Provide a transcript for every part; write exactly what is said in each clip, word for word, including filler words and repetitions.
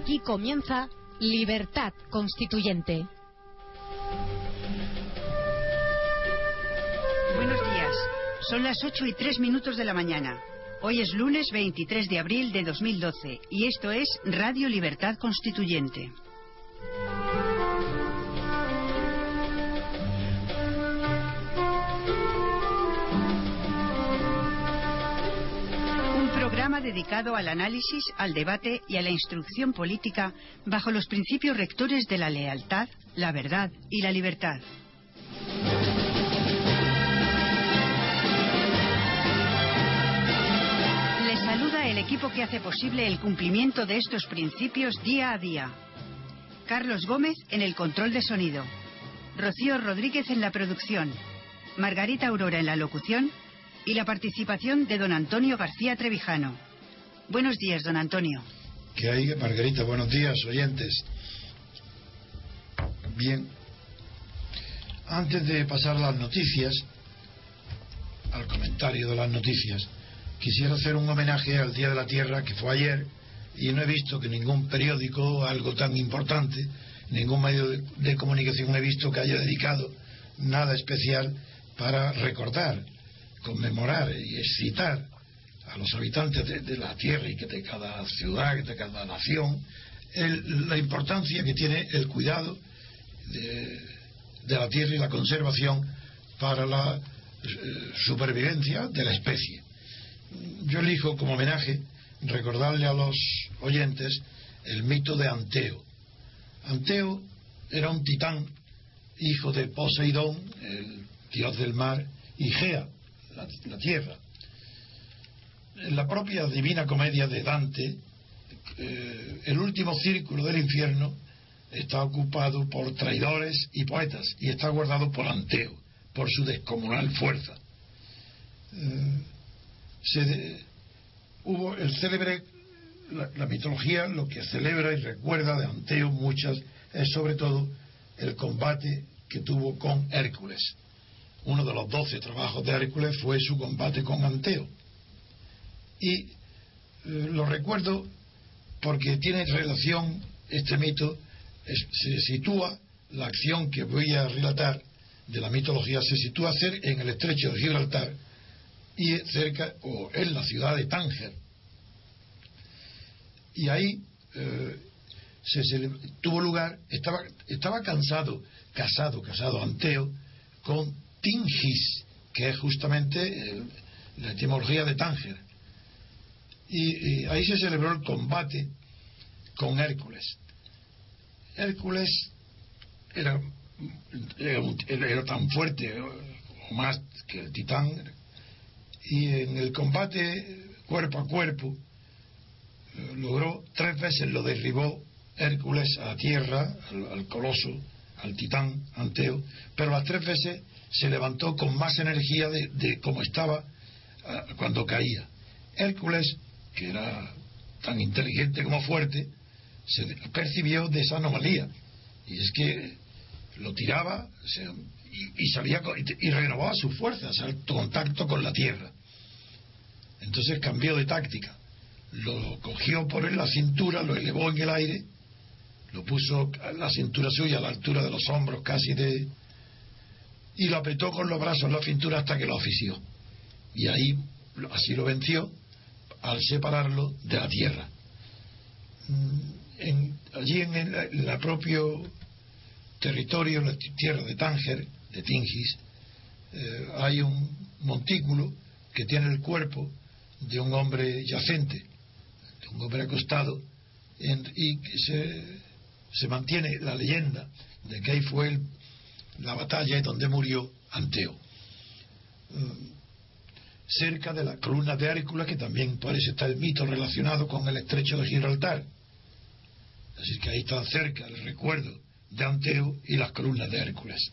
Aquí comienza Libertad Constituyente. Buenos días. Son las ocho y tres minutos de la mañana. Hoy es lunes veintitrés de abril de dos mil doce y esto es Radio Libertad Constituyente. Un programa dedicado al análisis, al debate y a la instrucción política bajo los principios rectores de la lealtad, la verdad y la libertad. Saluda el equipo que hace posible el cumplimiento de estos principios día a día. Carlos Gómez en el control de sonido, Rocío Rodríguez en la producción, Margarita Aurora en la locución y la participación de don Antonio García Trevijano. Buenos días, don Antonio. ¿Qué hay, Margarita? Buenos días, oyentes. Bien, antes de pasar a las noticias, al comentario de las noticias, quisiera hacer un homenaje al Día de la Tierra, que fue ayer, y no he visto que ningún periódico, algo tan importante, ningún medio de, de comunicación he visto que haya dedicado nada especial para recordar, conmemorar y excitar a los habitantes de, de la Tierra y que de cada ciudad, de cada nación, el, la importancia que tiene el cuidado de, de la Tierra y la conservación para la eh, supervivencia de la especie. Yo elijo como homenaje recordarle a los oyentes el mito de Anteo. Anteo era un titán, hijo de Poseidón, el dios del mar, y Gea, la, la tierra. En la propia Divina Comedia de Dante, eh, el último círculo del infierno está ocupado por traidores y poetas, y está guardado por Anteo, por su descomunal fuerza. Eh, Se de, hubo el célebre la, la mitología lo que celebra y recuerda de Anteo muchas es sobre todo el combate que tuvo con Hércules. Uno de los doce trabajos de Hércules fue su combate con Anteo, y eh, lo recuerdo porque tiene relación este mito. Es, se sitúa la acción que voy a relatar de la mitología, se sitúa en el estrecho de Gibraltar y cerca o en la ciudad de Tánger, y ahí eh, se, se tuvo lugar, estaba estaba cansado casado casado Anteo con Tingis, que es justamente eh, la etimología de Tánger, y, y ahí se celebró el combate con Hércules. Hércules era era, un, era tan fuerte o más que el titán, y en el combate cuerpo a cuerpo eh, logró tres veces, lo derribó Hércules a la tierra, al, al coloso, al titán Anteo, pero las tres veces se levantó con más energía de, de como estaba uh, cuando caía. Hércules, que era tan inteligente como fuerte, se percibió de esa anomalía, y es que lo tiraba se, y, y sabía y, y renovaba sus fuerzas al contacto con la tierra. Entonces cambió de táctica, lo cogió por la cintura, lo elevó en el aire, lo puso a la cintura suya a la altura de los hombros casi de, y lo apretó con los brazos en la cintura hasta que lo asfixió, y ahí así lo venció al separarlo de la tierra. En, allí en el, en el propio territorio, en la tierra de Tánger, de Tingis, eh, hay un montículo que tiene el cuerpo de un hombre yacente, de un hombre acostado, en, y que se, se mantiene la leyenda de que ahí fue el, la batalla donde murió Anteo, um, cerca de la columna de Hércules, que también parece estar el mito relacionado con el estrecho de Gibraltar. Así que ahí está cerca el recuerdo de Anteo y las columnas de Hércules.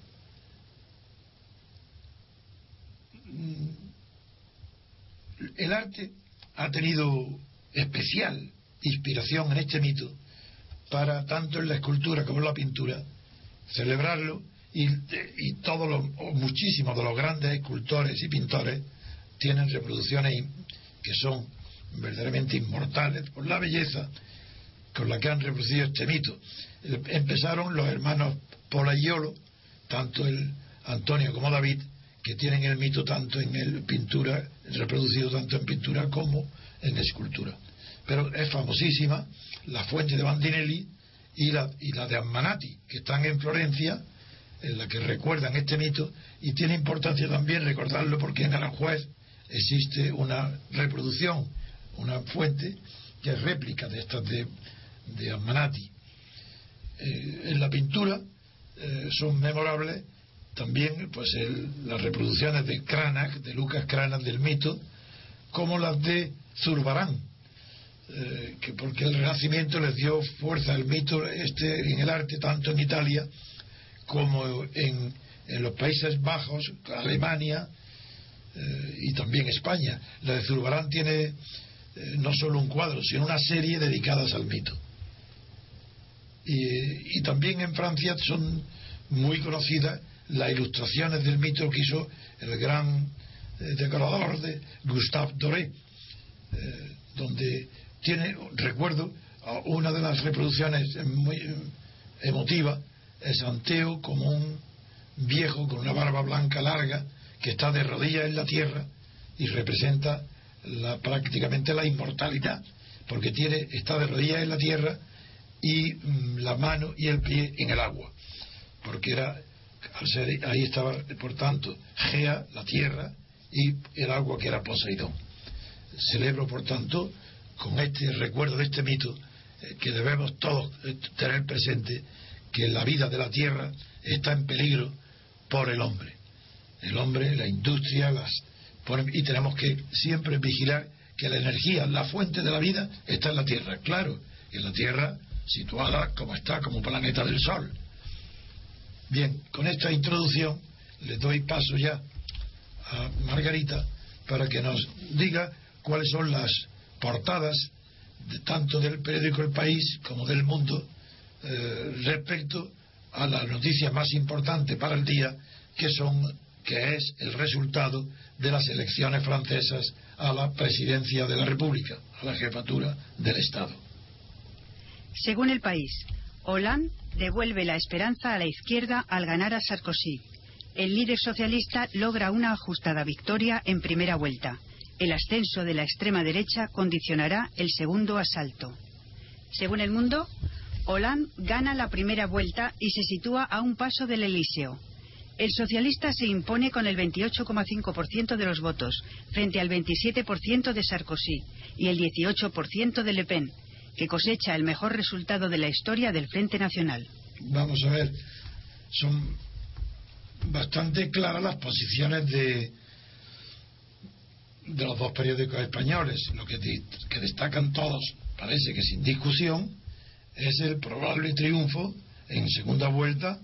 El arte ha tenido especial inspiración en este mito para, tanto en la escultura como en la pintura, celebrarlo, y, y todos los, o muchísimos de los grandes escultores y pintores tienen reproducciones que son verdaderamente inmortales por la belleza con la que han reproducido este mito. Empezaron los hermanos Pollaiolo, tanto el Antonio como David, que tienen el mito tanto en el pintura, reproducido tanto en pintura como en escultura. Pero es famosísima la fuente de Bandinelli y la, y la de Ammanati, que están en Florencia, en la que recuerdan este mito, y tiene importancia también recordarlo porque en Aranjuez existe una reproducción, una fuente que es réplica de estas de, de Ammanati. Eh, en la pintura eh, son memorables también pues el, las reproducciones de Cranach, de Lucas Cranach del mito, como las de Zurbarán, eh, que porque el Renacimiento les dio fuerza al mito este en el arte, tanto en Italia como en, en los Países Bajos, Alemania eh, y también España. La de Zurbarán tiene eh, no solo un cuadro, sino una serie dedicadas al mito. Y, y también en Francia son muy conocidas las ilustraciones del mito que hizo el gran eh, decorador de Gustave Doré, eh, donde tiene, recuerdo, una de las reproducciones muy emotiva, es Anteo como un viejo con una barba blanca larga que está de rodillas en la tierra y representa la, prácticamente la inmortalidad, porque tiene, está de rodillas en la tierra y mm, la mano y el pie en el agua, porque era al ser, ahí estaba por tanto Gea, la tierra, y el agua que era Poseidón. Celebro por tanto con este recuerdo de este mito eh, que debemos todos eh, tener presente que la vida de la tierra está en peligro por el hombre el hombre, la industria las ponen, y tenemos que siempre vigilar que la energía, la fuente de la vida está en la tierra, claro, en la tierra situada como está, como planeta del sol. Bien, con esta introducción le doy paso ya a Margarita para que nos diga cuáles son las portadas de, tanto del periódico El País como del Mundo eh, respecto a las noticias más importantes para el día, que son que es el resultado de las elecciones francesas a la presidencia de la República, a la jefatura del Estado. Según El País, Hollande devuelve la esperanza a la izquierda al ganar a Sarkozy. El líder socialista logra una ajustada victoria en primera vuelta. El ascenso de la extrema derecha condicionará el segundo asalto. Según El Mundo, Hollande gana la primera vuelta y se sitúa a un paso del Elíseo. El socialista se impone con el veintiocho coma cinco por ciento de los votos, frente al veintisiete por ciento de Sarkozy y el dieciocho por ciento de Le Pen, que cosecha el mejor resultado de la historia del Frente Nacional. Vamos a ver, son bastante claras las posiciones de de los dos periódicos españoles. Lo que, que destacan todos, parece que sin discusión, es el probable triunfo en segunda vuelta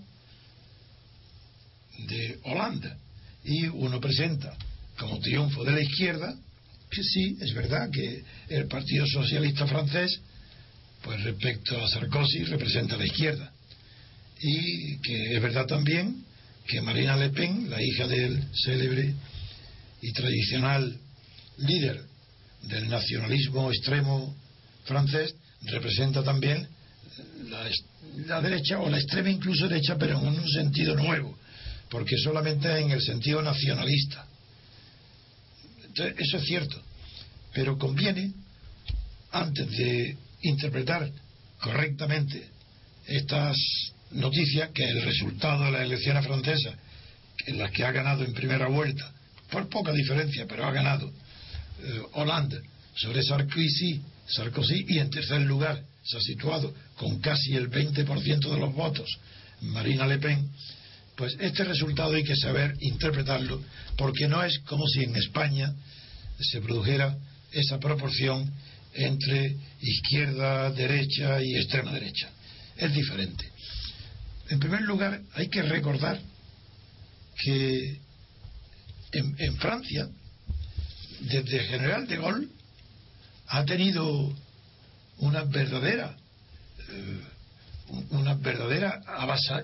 de Hollande, y uno presenta como triunfo de la izquierda, que sí, es verdad que el Partido Socialista francés, pues respecto a Sarkozy, representa a la izquierda, y que es verdad también que Marine Le Pen, la hija del célebre y tradicional líder del nacionalismo extremo francés, representa también la, la derecha o la extrema incluso derecha, pero en un sentido nuevo, porque solamente en el sentido nacionalista. Entonces, eso es cierto, pero conviene, antes de interpretar correctamente estas noticias, que el resultado de las elecciones francesas, en las que ha ganado en primera vuelta por poca diferencia, pero ha ganado eh, Hollande sobre Sarkozy, Sarkozy, y en tercer lugar se ha situado con casi el veinte por ciento de los votos Marine Le Pen. Pues este resultado hay que saber interpretarlo, porque no es como si en España se produjera esa proporción entre izquierda, derecha y extrema derecha. Es diferente. En primer lugar, hay que recordar que en, en Francia, desde el general de Gaulle, ha tenido una verdadera eh, una verdadera avasa,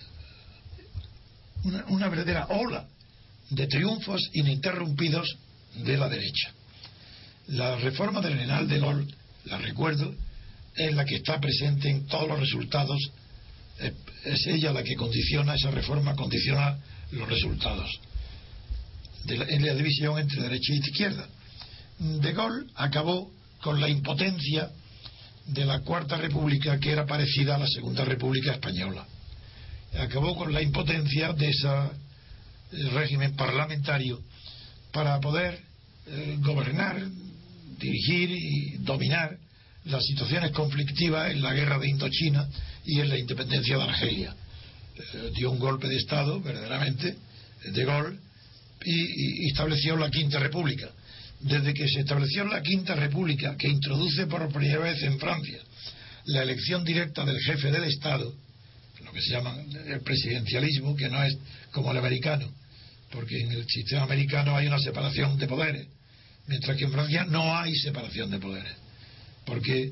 una, una verdadera ola de triunfos ininterrumpidos de la derecha. La reforma del general de Gaulle, la recuerdo, es la que está presente en todos los resultados, es ella la que condiciona, esa reforma condiciona los resultados de la, en la división entre derecha y izquierda. De Gaulle acabó con la impotencia de la Cuarta República, que era parecida a la Segunda República Española. Acabó con la impotencia de ese régimen parlamentario para poder eh, gobernar, dirigir y dominar las situaciones conflictivas en la guerra de Indochina y en la independencia de Argelia. Eh, dio un golpe de Estado, verdaderamente, de Gaulle, y, y estableció la Quinta República. Desde que se estableció la Quinta República, que introduce por primera vez en Francia la elección directa del jefe del Estado, lo que se llama el presidencialismo, que no es como el americano, porque en el sistema americano hay una separación de poderes, mientras que en Francia no hay separación de poderes, porque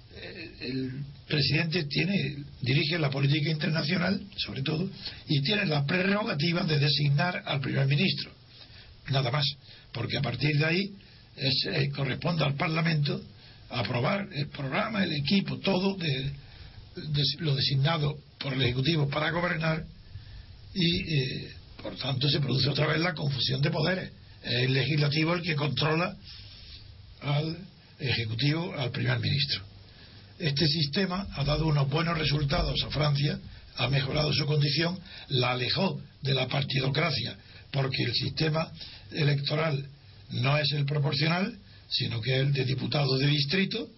el presidente tiene dirige la política internacional, sobre todo, y tiene la prerrogativa de designar al primer ministro, nada más, porque a partir de ahí es, eh, corresponde al Parlamento aprobar el programa, el equipo, todo de, de lo designado por el Ejecutivo para gobernar, y eh, por tanto se produce otra vez la confusión de poderes. Es el legislativo el que controla al Ejecutivo, al primer ministro. Este sistema ha dado unos buenos resultados a Francia, ha mejorado su condición, la alejó de la partidocracia, porque el sistema electoral no es el proporcional, sino que es el de diputados de distrito.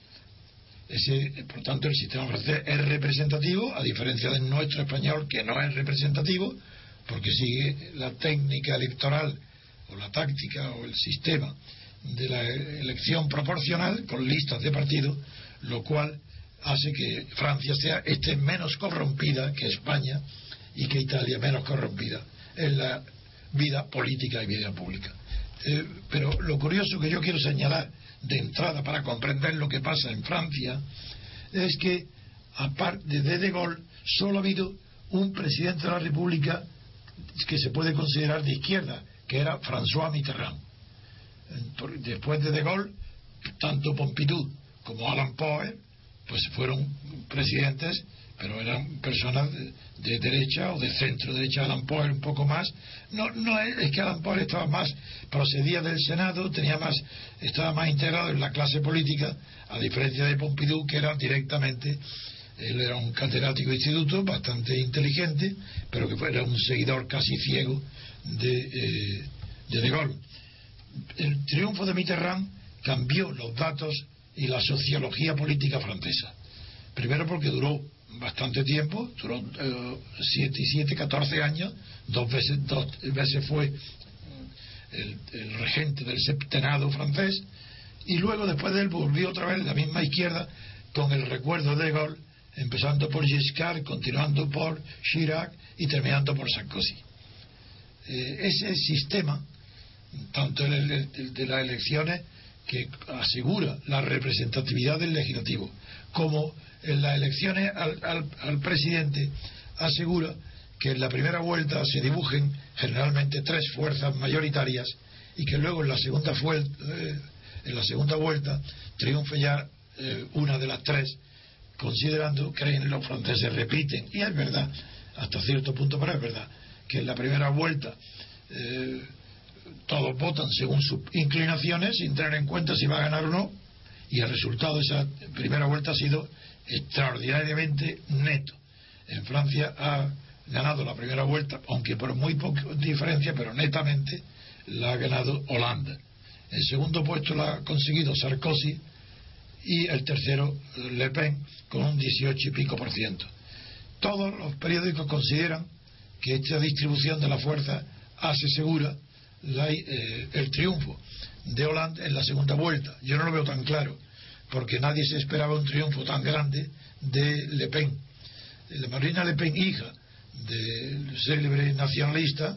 Ese, por tanto, el sistema francés es representativo, a diferencia del nuestro español, que no es representativo, porque sigue la técnica electoral o la táctica o el sistema de la elección proporcional con listas de partidos, lo cual hace que Francia sea esté menos corrompida que España y que Italia menos corrompida en la vida política y vida pública. Eh, pero lo curioso que yo quiero señalar de entrada para comprender lo que pasa en Francia es que aparte de De Gaulle solo ha habido un presidente de la República que se puede considerar de izquierda, que era François Mitterrand. Después de De Gaulle, tanto Pompidou como Alan Poher pues fueron presidentes, pero eran personas de, de derecha o de centro derecha. Alan Poher un poco más, no no es, es que Alan Poher estaba más, procedía del Senado, tenía más, estaba más integrado en la clase política, a diferencia de Pompidou, que era directamente, él era un catedrático de instituto bastante inteligente, pero que era un seguidor casi ciego de eh, de, de Gaulle. El triunfo de Mitterrand cambió los datos y la sociología política francesa. Primero porque duró bastante tiempo, duró eh, siete y siete, catorce años, dos veces, dos veces fue el, el regente del septenado francés, y luego después de él volvió otra vez la misma izquierda con el recuerdo de Gaulle, empezando por Giscard, continuando por Chirac y terminando por Sarkozy. Eh, ese sistema, tanto el, el, el de las elecciones, que asegura la representatividad del legislativo, como en las elecciones al, al, al presidente, asegura que en la primera vuelta se dibujen generalmente tres fuerzas mayoritarias y que luego en la segunda vuelta, eh, en la segunda vuelta triunfe ya eh, una de las tres, considerando, creen los franceses, repiten, y es verdad, hasta cierto punto, pero es verdad, que en la primera vuelta eh, todos votan según sus inclinaciones sin tener en cuenta si va a ganar o no, y el resultado de esa primera vuelta ha sido extraordinariamente neto. En Francia ha ganado la primera vuelta, aunque por muy poca diferencia, pero netamente la ha ganado Hollande. El segundo puesto lo ha conseguido Sarkozy y el tercero Le Pen con un dieciocho y pico por ciento. Todos los periódicos consideran que esta distribución de la fuerza hace segura La, eh, el triunfo de Hollande en la segunda vuelta. Yo no lo veo tan claro, porque nadie se esperaba un triunfo tan grande de Le Pen. La Marine Le Pen, hija del célebre nacionalista,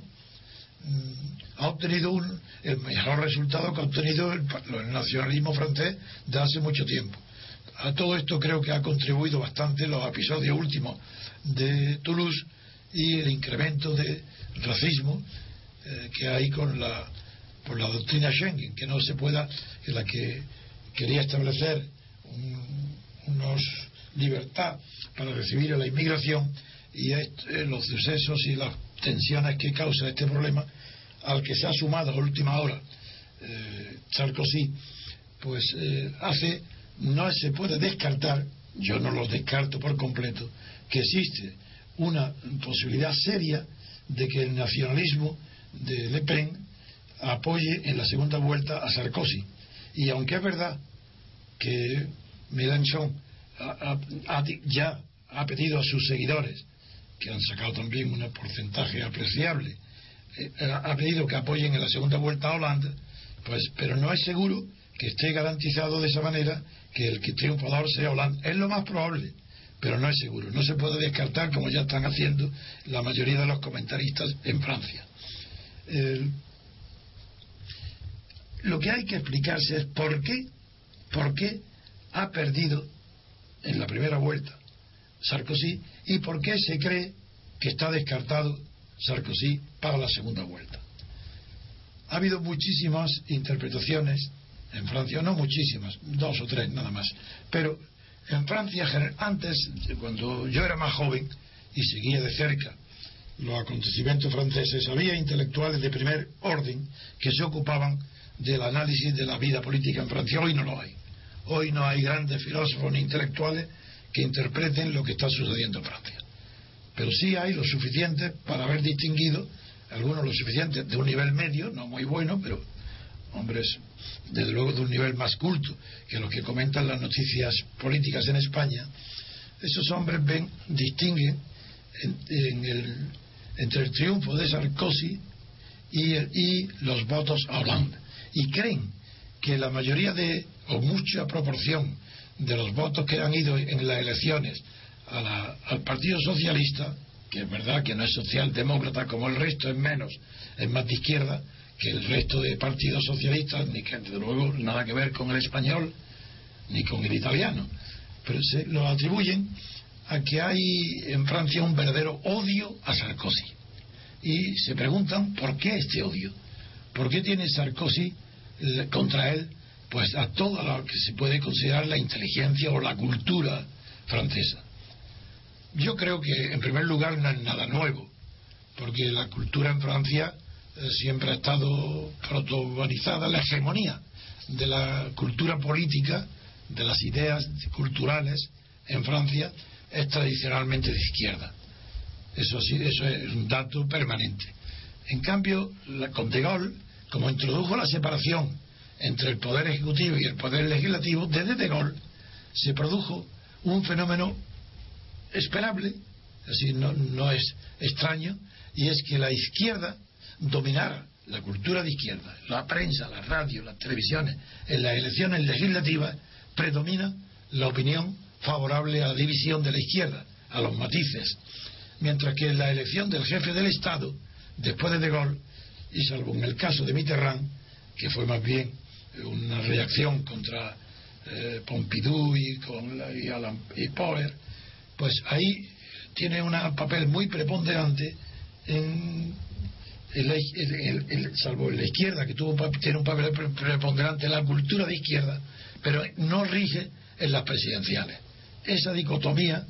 mmm, ha obtenido un, el mejor resultado que ha obtenido el, el nacionalismo francés de hace mucho tiempo. A todo esto creo que ha contribuido bastante los episodios últimos de Toulouse y el incremento de racismo Eh, que hay con la por la doctrina Schengen, que no se pueda, en la que quería establecer un, unos libertad para recibir a la inmigración, y esto, eh, los sucesos y las tensiones que causa este problema, al que se ha sumado a última hora eh, Sarkozy, pues eh, hace, no se puede descartar, yo no lo descarto por completo, que existe una posibilidad seria de que el nacionalismo de Le Pen apoye en la segunda vuelta a Sarkozy. Y aunque es verdad que Mélenchon ha, ha, ha, ya ha pedido a sus seguidores, que han sacado también un porcentaje apreciable, eh, ha pedido que apoyen en la segunda vuelta a Hollande, pues, pero no es seguro que esté garantizado de esa manera que el que triunfador sea Hollande. Es lo más probable, pero no es seguro. No se puede descartar, como ya están haciendo la mayoría de los comentaristas en Francia. Eh, lo que hay que explicarse es por qué, por qué ha perdido en la primera vuelta Sarkozy y por qué se cree que está descartado Sarkozy para la segunda vuelta. Ha habido muchísimas interpretaciones en Francia, no muchísimas, dos o tres nada más, pero en Francia antes, cuando yo era más joven y seguía de cerca los acontecimientos franceses, había intelectuales de primer orden que se ocupaban del análisis de la vida política en Francia. Hoy no lo hay. Hoy no hay grandes filósofos ni intelectuales que interpreten lo que está sucediendo en Francia. Pero sí hay lo suficiente para haber distinguido, algunos lo suficiente de un nivel medio, no muy bueno, pero hombres desde luego de un nivel más culto que los que comentan las noticias políticas en España. Esos hombres ven, distinguen en, en el, entre el triunfo de Sarkozy y, el, y los votos a Hollande, y creen que la mayoría de, o mucha proporción de los votos que han ido en las elecciones a la, al Partido Socialista, que es verdad que no es socialdemócrata como el resto, es menos, es más de izquierda que el resto de partidos socialistas, ni que desde luego nada que ver con el español ni con el italiano, pero se lo atribuyen a que hay en Francia un verdadero odio a Sarkozy, y se preguntan por qué este odio, por qué tiene Sarkozy contra él pues a todo lo que se puede considerar la inteligencia o la cultura francesa. Yo creo que en primer lugar no es nada nuevo, porque la cultura en Francia eh, siempre ha estado protagonizada, la hegemonía de la cultura política, de las ideas culturales en Francia es tradicionalmente de izquierda. Eso sí, eso es un dato permanente. En cambio, la, con De Gaulle, como introdujo la separación entre el poder ejecutivo y el poder legislativo, desde De Gaulle se produjo un fenómeno esperable, así no, no es extraño, y es que la izquierda dominara la cultura de izquierda, la prensa, la radio, las televisiones, en las elecciones legislativas predomina la opinión favorable a la división de la izquierda, a los matices, mientras que en la elección del jefe del Estado, después de De Gaulle, y salvo en el caso de Mitterrand, que fue más bien una reacción contra eh, Pompidou y, con la, y, Alan, y Poher, pues ahí tiene un papel muy preponderante en, en, la, en, en salvo en la izquierda, que tuvo tiene un papel preponderante en la cultura de izquierda, pero no rige en las presidenciales. Esa dicotomía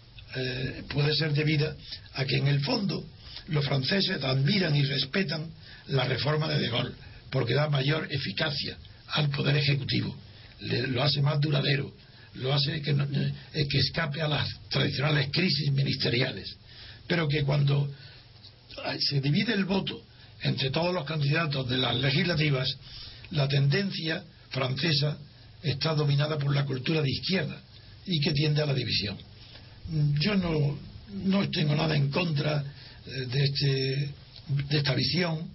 eh, puede ser debida a que en el fondo los franceses admiran y respetan la reforma de De Gaulle, porque da mayor eficacia al poder ejecutivo, le, lo hace más duradero, lo hace que, no, eh, que escape a las tradicionales crisis ministeriales, pero que cuando se divide el voto entre todos los candidatos de las legislativas, la tendencia francesa está dominada por la cultura de izquierda y que tiende a la división. Yo no, no tengo nada en contra de, este, de esta visión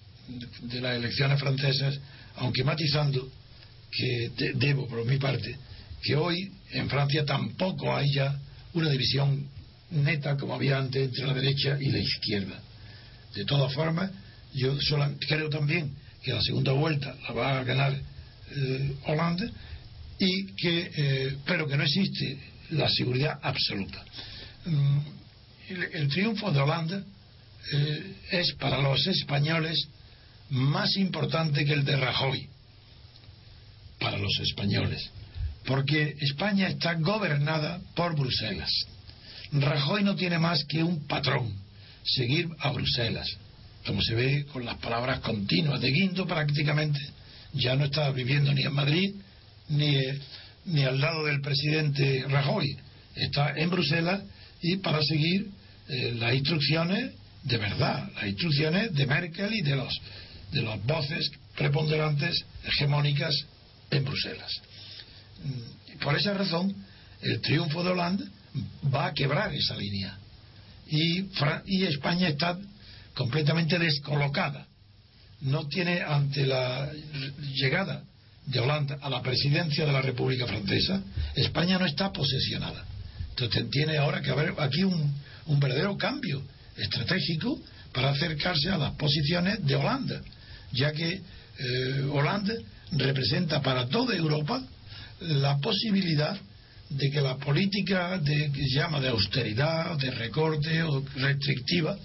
de las elecciones francesas, aunque matizando que de, debo por mi parte que hoy en Francia tampoco haya una división neta como había antes entre la derecha y la izquierda. De todas formas, yo solo, creo también que la segunda vuelta la va a ganar eh, Hollande, y que eh, pero que no existe la seguridad absoluta. Mm, el, el triunfo de Hollande eh, es para los españoles más importante que el de Rajoy para los españoles, porque España está gobernada por Bruselas. Rajoy no tiene más que un patrón, seguir a Bruselas, como se ve con las palabras continuas de Guindo. Prácticamente ya no está viviendo ni en Madrid ni, ni al lado del presidente Rajoy, está en Bruselas, y para seguir eh, las instrucciones de verdad, las instrucciones de Merkel y de los de las voces preponderantes hegemónicas en Bruselas. Por esa razón, el triunfo de Hollande va a quebrar esa línea, y, y España está completamente descolocada. No tiene, ante la llegada de Hollande a la presidencia de la República Francesa, España no está posesionada. Entonces tiene ahora que haber aquí un, un verdadero cambio estratégico para acercarse a las posiciones de Hollande, ya que eh, Hollande representa para toda Europa la posibilidad de que la política de, que se llama de austeridad, de recorte o restrictiva,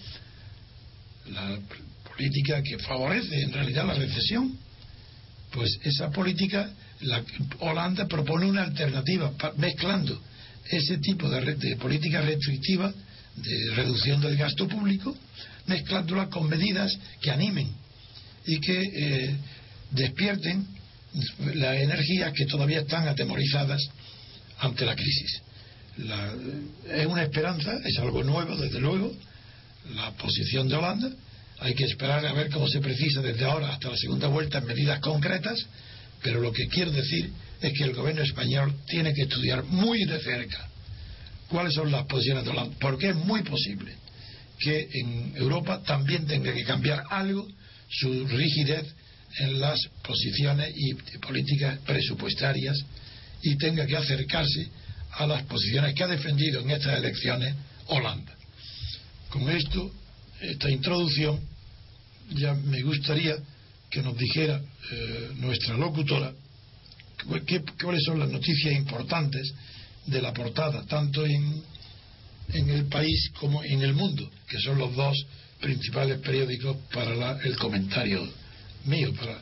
la política que favorece en realidad la recesión, pues esa política, la, Hollande propone una alternativa, mezclando ese tipo de, de política restrictiva, de reducción del gasto público, mezclándola con medidas que animen y que eh, despierten las energías que todavía están atemorizadas ante la crisis. La, es una esperanza, es algo nuevo, desde luego, la posición de Hollande. Hay que esperar a ver cómo se precisa desde ahora hasta la segunda vuelta en medidas concretas, pero lo que quiero decir es que el gobierno español tiene que estudiar muy de cerca cuáles son las posiciones de Hollande, porque es muy posible que en Europa también tenga que cambiar algo su rigidez en las posiciones y políticas presupuestarias, y tenga que acercarse a las posiciones que ha defendido en estas elecciones Hollande. Con esto, esta introducción, ya me gustaría que nos dijera eh, nuestra locutora qué, cuáles son las noticias importantes de la portada, tanto en, en El País como en El Mundo, que son los dos principales periódicos para la, el comentario mío. Para...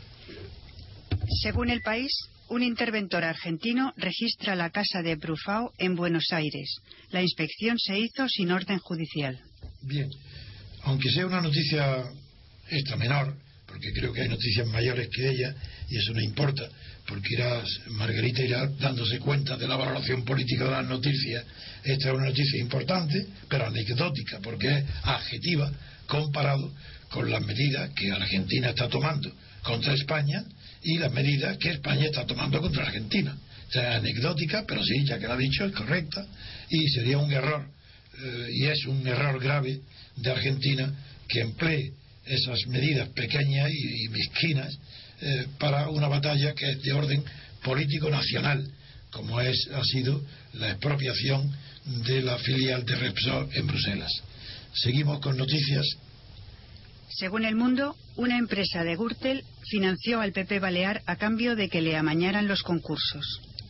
Según El País, un interventor argentino registra la casa de Brufau en Buenos Aires. La inspección se hizo sin orden judicial. Bien, aunque sea una noticia esta menor, porque creo que hay noticias mayores que ella, y eso no importa, porque irá, Margarita irá dándose cuenta de la valoración política de las noticias. Esta es una noticia importante, pero anecdótica, porque es adjetiva comparado con las medidas que Argentina está tomando contra España y las medidas que España está tomando contra Argentina. O sea, es anecdótica, pero sí, ya que lo ha dicho, es correcta, y sería un error, eh, y es un error grave de Argentina que emplee esas medidas pequeñas y, y mezquinas eh, para una batalla que es de orden político nacional, como es ha sido la expropiación de la filial de Repsol en Bruselas. Seguimos con noticias. Según El Mundo, una empresa de Gürtel financió al P P Balear a cambio de que le amañaran los concursos.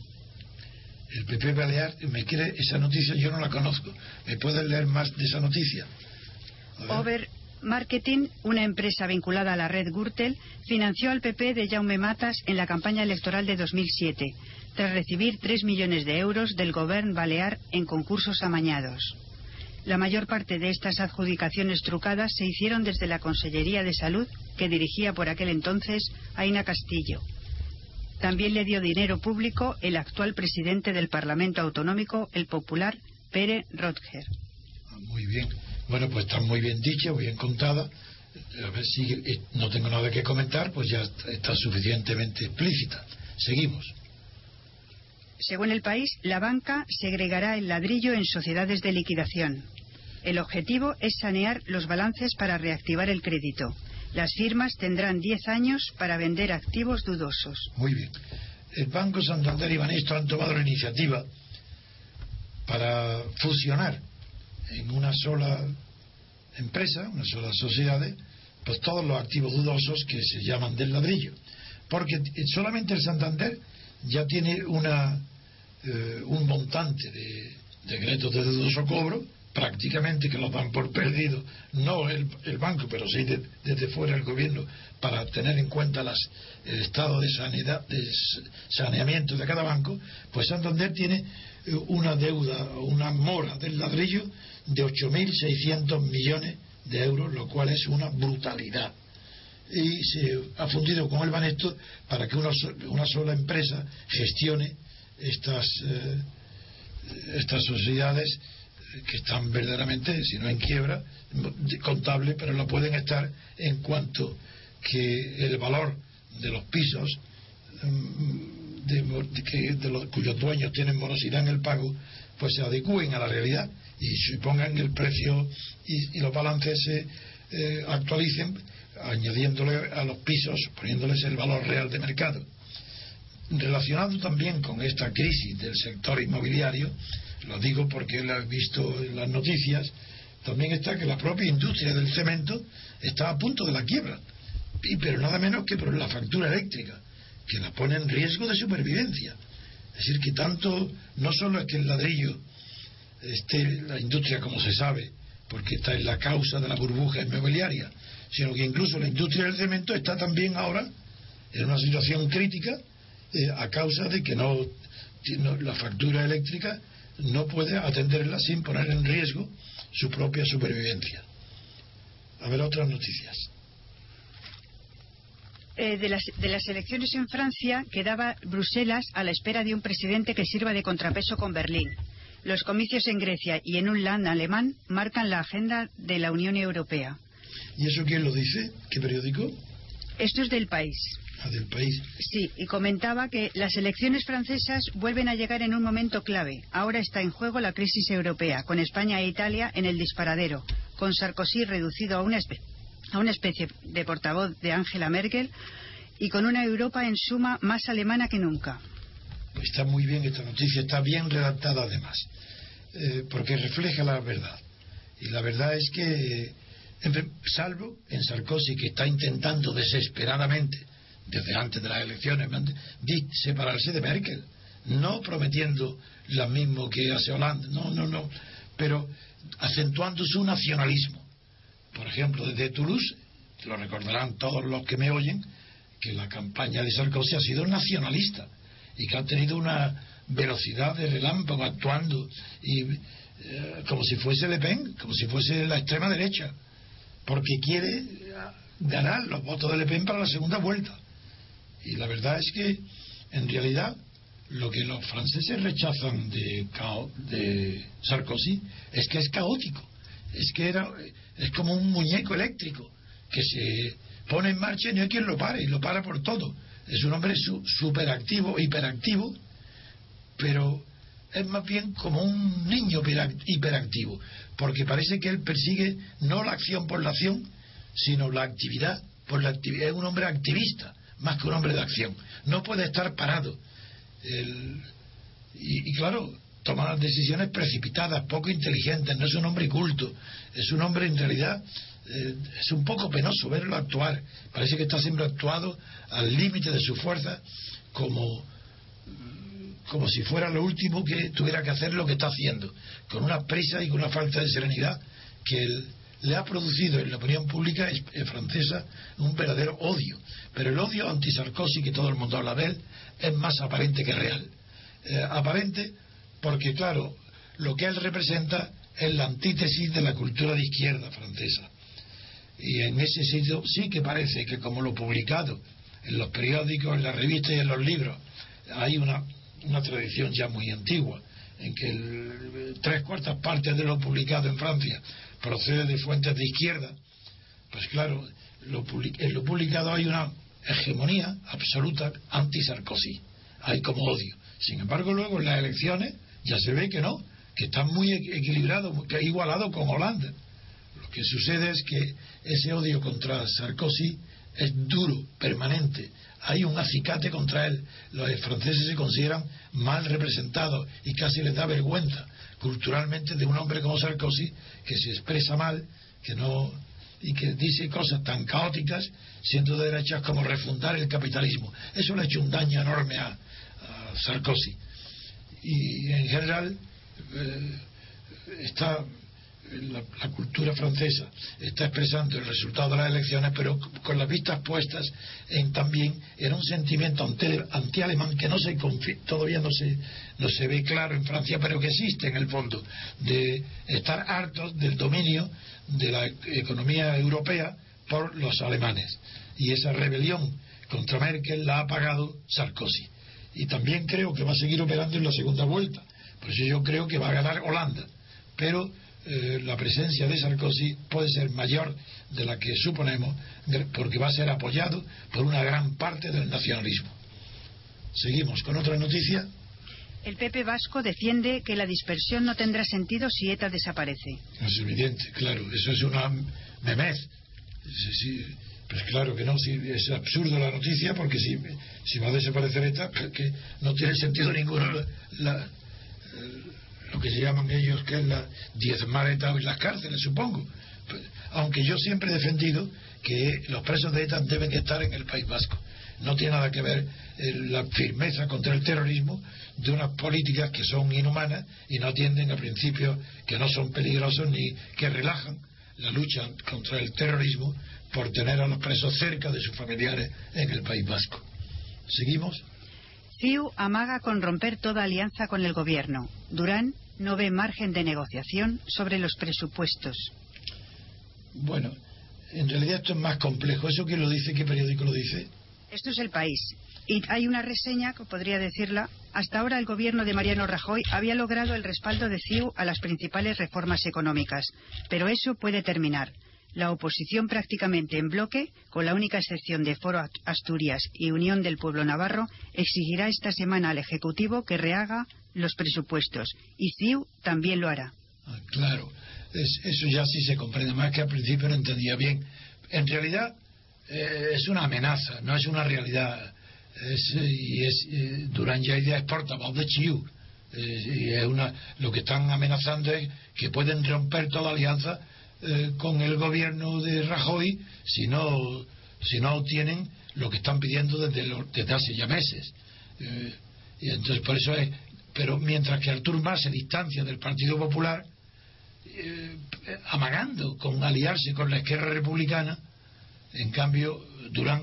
El P P Balear, me quiere esa noticia, yo no la conozco. ¿Me puedes leer más de esa noticia? Over Marketing, una empresa vinculada a la red Gürtel, financió al P P de Jaume Matas en la campaña electoral de dos mil siete, tras recibir tres millones de euros del Govern Balear en concursos amañados. La mayor parte de estas adjudicaciones trucadas se hicieron desde la Consellería de Salud, que dirigía por aquel entonces Aina Castillo. También le dio dinero público el actual presidente del Parlamento Autonómico, el popular Pere Rotger. Muy bien. Bueno, pues está muy bien dicha, muy bien contada. A ver si no tengo nada que comentar, pues ya está suficientemente explícita. Seguimos. Según El País, la banca segregará el ladrillo en sociedades de liquidación. El objetivo es sanear los balances para reactivar el crédito. Las firmas tendrán diez años para vender activos dudosos. Muy bien. El Banco Santander y Banesto han tomado la iniciativa para fusionar en una sola empresa, una sola sociedad, pues todos los activos dudosos que se llaman del ladrillo. Porque solamente el Santander ya tiene una eh, un montante de decretos de dudoso cobro prácticamente que los dan por perdidos, no el, el banco, pero sí de, desde fuera el gobierno, para tener en cuenta las, el estado de sanidad, de saneamiento de cada banco, pues Santander tiene una deuda, una mora del ladrillo de ocho mil seiscientos millones de euros, lo cual es una brutalidad. Y se ha fundido con el Banesto para que una, una sola empresa gestione estas eh, estas sociedades que están verdaderamente, si no en quiebra contable, pero lo pueden estar en cuanto que el valor de los pisos de, de, que, de los, cuyos dueños tienen morosidad en el pago, pues se adecúen a la realidad y se pongan el precio y, y los balances se eh, actualicen, añadiéndole a los pisos, poniéndoles el valor real de mercado. Relacionado también con esta crisis del sector inmobiliario, lo digo porque lo he visto en las noticias, también está que la propia industria del cemento está a punto de la quiebra, y pero nada menos que por la factura eléctrica, que la pone en riesgo de supervivencia. Es decir, que tanto, no solo es que el ladrillo esté, la industria, como se sabe, porque está en la causa de la burbuja inmobiliaria, sino que incluso la industria del cemento está también ahora en una situación crítica, eh, a causa de que no, no la factura eléctrica no puede atenderla sin poner en riesgo su propia supervivencia. A ver, otras noticias. Eh, de, las, de las elecciones en Francia quedaba Bruselas a la espera de un presidente que sirva de contrapeso con Berlín. Los comicios en Grecia y en un land alemán marcan la agenda de la Unión Europea. ¿Y eso quién lo dice? ¿Qué periódico? Esto es del País. Ah, del País. Sí, y comentaba que las elecciones francesas vuelven a llegar en un momento clave. Ahora está en juego la crisis europea, con España e Italia en el disparadero, con Sarkozy reducido a una, espe a una especie de portavoz de Angela Merkel y con una Europa en suma más alemana que nunca. Pues está muy bien esta noticia, está bien redactada además, eh, porque refleja la verdad. Y la verdad es que, en, salvo en Sarkozy, que está intentando desesperadamente desde antes de las elecciones separarse de Merkel, no prometiendo lo mismo que hace Hollande, no, no, no, pero acentuando su nacionalismo. Por ejemplo, desde Toulouse, lo recordarán todos los que me oyen, que la campaña de Sarkozy ha sido nacionalista y que ha tenido una velocidad de relámpago actuando y eh, como si fuese Le Pen, como si fuese la extrema derecha, porque quiere ganar los votos de Le Pen para la segunda vuelta. Y la verdad es que, en realidad, lo que los franceses rechazan de, de Sarkozy es que es caótico, es que era, es como un muñeco eléctrico que se pone en marcha y no hay quien lo pare, y lo para por todo. Es un hombre su, superactivo, hiperactivo, pero es más bien como un niño hiperactivo, porque parece que él persigue no la acción por la acción, sino la actividad por la actividad. Es un hombre activista más que un hombre de acción, no puede estar parado. El, y, y claro, toma las decisiones precipitadas, poco inteligentes, no es un hombre culto, es un hombre en realidad, eh, es un poco penoso verlo actuar, parece que está siempre actuado al límite de su fuerza, como como si fuera lo último que tuviera que hacer lo que está haciendo, con una prisa y con una falta de serenidad que él le ha producido en la opinión pública francesa un verdadero odio. Pero el odio anti-Sarkozy, que todo el mundo habla de él, es más aparente que real. Eh, aparente porque, claro, lo que él representa es la antítesis de la cultura de izquierda francesa. Y en ese sitio sí que parece que, como lo publicado en los periódicos, en las revistas y en los libros, hay una, una tradición ya muy antigua, en que el, tres cuartas partes de lo publicado en Francia procede de fuentes de izquierda. Pues claro, lo, en lo publicado hay una hegemonía absoluta anti-Sarkozy, hay como odio. Sin embargo, luego en las elecciones ya se ve que no, que están muy equilibrados, que igualado con Hollande. Lo que sucede es que ese odio contra Sarkozy es duro, permanente. Hay un acicate contra él. Los franceses se consideran mal representados y casi les da vergüenza culturalmente de un hombre como Sarkozy, que se expresa mal, que no, y que dice cosas tan caóticas, siendo de derechas, como refundar el capitalismo. Eso le ha hecho un daño enorme a, a Sarkozy. Y en general eh, está la, la cultura francesa está expresando el resultado de las elecciones, pero con las vistas puestas en también era un sentimiento anti, anti-alemán que no se todavía no se no se ve claro en Francia, pero que existe en el fondo, de estar hartos del dominio de la economía europea por los alemanes, y esa rebelión contra Merkel la ha pagado Sarkozy, y también creo que va a seguir operando en la segunda vuelta. Por eso yo creo que va a ganar Holanda, pero eh, la presencia de Sarkozy puede ser mayor de la que suponemos, porque va a ser apoyado por una gran parte del nacionalismo. Seguimos con otra noticia. El P P vasco defiende que la dispersión no tendrá sentido si ETA desaparece. Es evidente, claro, eso es una memez. Sí, sí, pues claro que no, sí, es absurdo la noticia, porque si, si va a desaparecer ETA, que no tiene sentido ninguno la, la, lo que se llaman ellos, que es la diezmar ETA en las cárceles, supongo. Aunque yo siempre he defendido que los presos de ETA deben estar en el País Vasco. No tiene nada que ver eh, la firmeza contra el terrorismo de unas políticas que son inhumanas y no atienden a principios que no son peligrosos ni que relajan la lucha contra el terrorismo por tener a los presos cerca de sus familiares en el País Vasco. ¿Seguimos? C I U amaga con romper toda alianza con el gobierno. Durán no ve margen de negociación sobre los presupuestos. Bueno, en realidad esto es más complejo. ¿Eso quién lo dice? ¿Qué periódico lo dice? Esto es El País. Y hay una reseña, que podría decirla. Hasta ahora el gobierno de Mariano Rajoy había logrado el respaldo de C I U a las principales reformas económicas. Pero eso puede terminar. La oposición prácticamente en bloque, con la única excepción de Foro Asturias y Unión del Pueblo Navarro, exigirá esta semana al Ejecutivo que rehaga los presupuestos. Y C I U también lo hará. Ah, claro, es, eso ya sí se comprende, más que al principio no entendía bien. En realidad eh, es una amenaza, no es una realidad. Es, y es eh, Durán Lleida es portavoz de C I U. Eh, y es una, lo que están amenazando es que pueden romper toda alianza Eh, con el gobierno de Rajoy si no si no obtienen lo que están pidiendo desde, lo, desde hace ya meses, eh, y entonces por eso es. Pero mientras que Artur Mas se distancia del Partido Popular, eh, amagando con aliarse con la izquierda republicana, en cambio Durán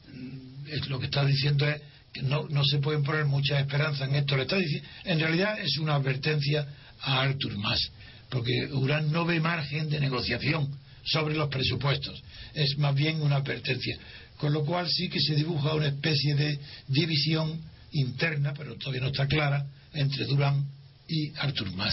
es, lo que está diciendo es que no, no se pueden poner muchas esperanzas en esto. Le está diciendo, en realidad es una advertencia a Artur Mas, porque Durán no ve margen de negociación sobre los presupuestos, es más bien una advertencia, con lo cual sí que se dibuja una especie de división interna, pero todavía no está clara, entre Durán y Artur Mas.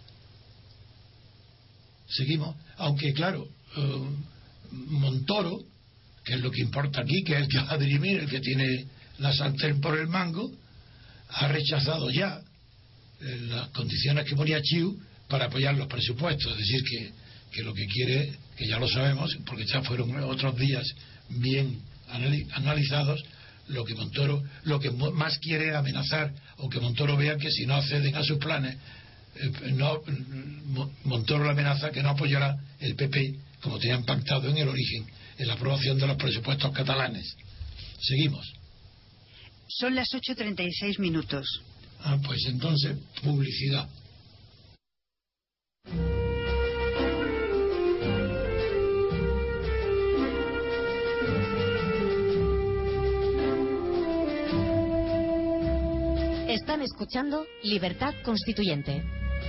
Seguimos, aunque claro, eh, Montoro, que es lo que importa aquí, que es el que va a dirimir, el que tiene la sartén por el mango, ha rechazado ya eh, las condiciones que ponía C I U para apoyar los presupuestos. Es decir, que, que lo que quiere, que ya lo sabemos, porque ya fueron otros días bien analizados, lo que Montoro, lo que más quiere amenazar, o que Montoro vea que si no acceden a sus planes, eh, no, Montoro le amenaza que no apoyará el P P, como tenían pactado en el origen, en la aprobación de los presupuestos catalanes. Seguimos. Son las ocho treinta y seis minutos. Ah, pues entonces, publicidad. Están escuchando Libertad Constituyente.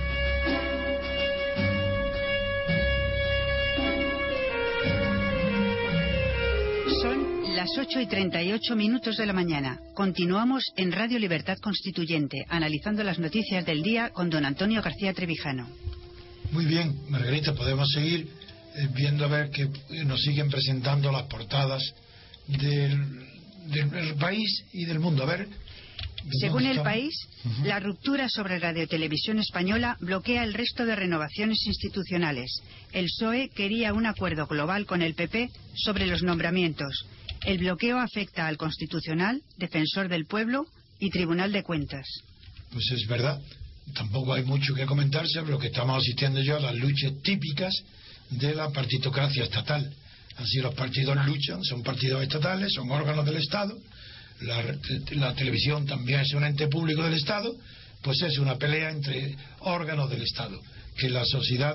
Son las ocho y treinta y ocho minutos de la mañana. Continuamos en Radio Libertad Constituyente, analizando las noticias del día con don Antonio García Trevijano. Muy bien, Margarita, podemos seguir eh, viendo a ver que nos siguen presentando las portadas del, del país y del mundo. A ver. Según El País, uh-huh. La ruptura sobre Radiotelevisión Española bloquea el resto de renovaciones institucionales. El P S O E quería un acuerdo global con el P P sobre los nombramientos. El bloqueo afecta al Constitucional, Defensor del Pueblo y Tribunal de Cuentas. Pues es verdad. Tampoco hay mucho que comentar sobre lo que estamos asistiendo ya a las luchas típicas de la partitocracia estatal. Así los partidos luchan, son partidos estatales, son órganos del Estado. La, la televisión también es un ente público del Estado, pues es una pelea entre órganos del Estado que la sociedad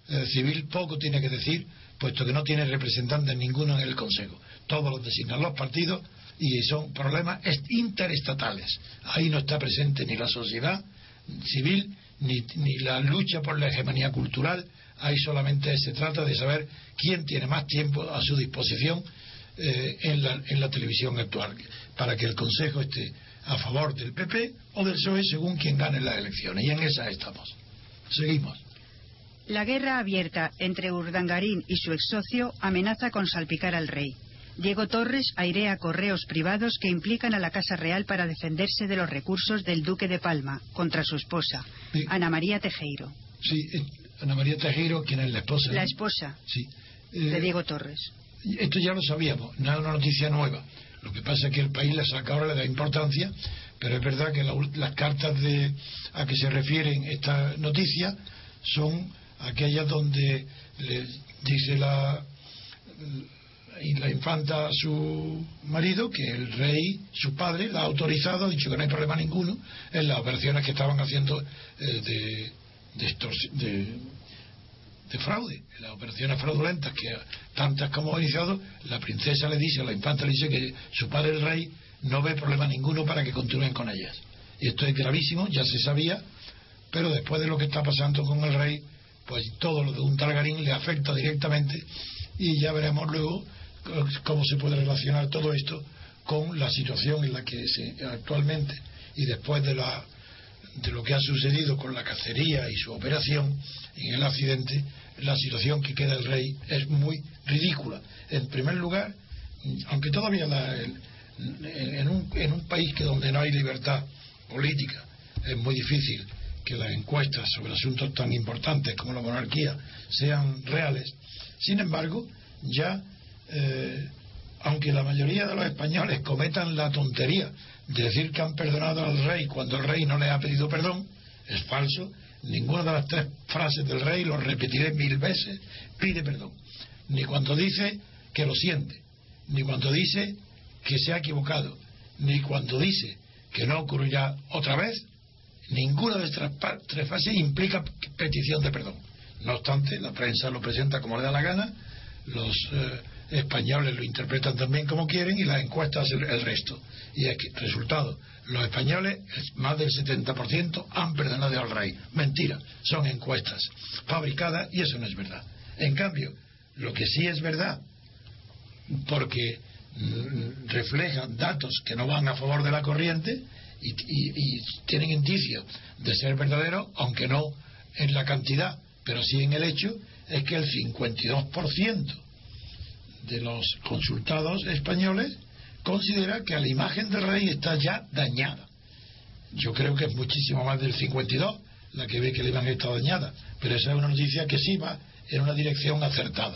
eh, Civil poco tiene que decir, puesto que no tiene representantes ninguno en el Consejo. Todos los designan los partidos y son problemas interestatales. Ahí no está presente ni la sociedad civil ni, ni la lucha por la hegemonía cultural. Ahí solamente se trata de saber quién tiene más tiempo a su disposición eh, en, la, en la televisión actual, para que el Consejo esté a favor del P P o del P S O E según quien gane las elecciones, y en esa estamos. Seguimos. La guerra abierta entre Urdangarín y su ex socio amenaza con salpicar al rey. Diego Torres airea correos privados que implican a la Casa Real para defenderse de los recursos del Duque de Palma contra su esposa, sí. Ana María Teijeiro. Sí, Ana María Teijeiro, quien es la esposa. La esposa sí. eh, de Diego Torres. Esto ya lo sabíamos, no es una noticia nueva. Lo que pasa es que el país le saca ahora, le da importancia, pero es verdad que la, las cartas de a que se refieren esta noticia son aquellas donde le dice la y la infanta a su marido que el rey, su padre, la ha autorizado, ha dicho que no hay problema ninguno en las operaciones que estaban haciendo eh, de, de, estos, de, de fraude, en las operaciones fraudulentas, que tantas como ha iniciado. La princesa le dice, la infanta le dice que su padre, el rey, no ve problema ninguno para que continúen con ellas. Y esto es gravísimo, ya se sabía, pero después de lo que está pasando con el rey, pues todo lo de un Targarín le afecta directamente, y ya veremos luego cómo se puede relacionar todo esto con la situación en la que se actualmente, y después de la de lo que ha sucedido con la cacería y su operación en el accidente, la situación que queda el rey es muy ridícula. En primer lugar, aunque todavía la, el, en, un, en un país que donde no hay libertad política es muy difícil que las encuestas sobre asuntos tan importantes como la monarquía sean reales. Sin embargo, ya Eh, aunque la mayoría de los españoles cometan la tontería de decir que han perdonado al rey cuando el rey no les ha pedido perdón, es falso. Ninguna de las tres frases del rey, lo repetiré mil veces, pide perdón. Ni cuando dice que lo siente, ni cuando dice que se ha equivocado, ni cuando dice que no ocurrirá otra vez. Ninguna de estas tres frases implica petición de perdón. No obstante, la prensa lo presenta como le da la gana, los eh, españoles lo interpretan también como quieren, y las encuestas el, el resto. Y es que, resultado, los españoles, más del setenta por ciento, han perdonado al rey. Mentira, son encuestas fabricadas y eso no es verdad. En cambio, lo que sí es verdad, porque mm, reflejan datos que no van a favor de la corriente y, y, y tienen indicios de ser verdaderos, aunque no en la cantidad, pero sí en el hecho, es que el cincuenta y dos por ciento de los consultados españoles considera que la imagen del rey está ya dañada. Yo creo que es muchísimo más del cincuenta y dos la que ve que la imagen está dañada, pero esa es una noticia que sí va en una dirección acertada.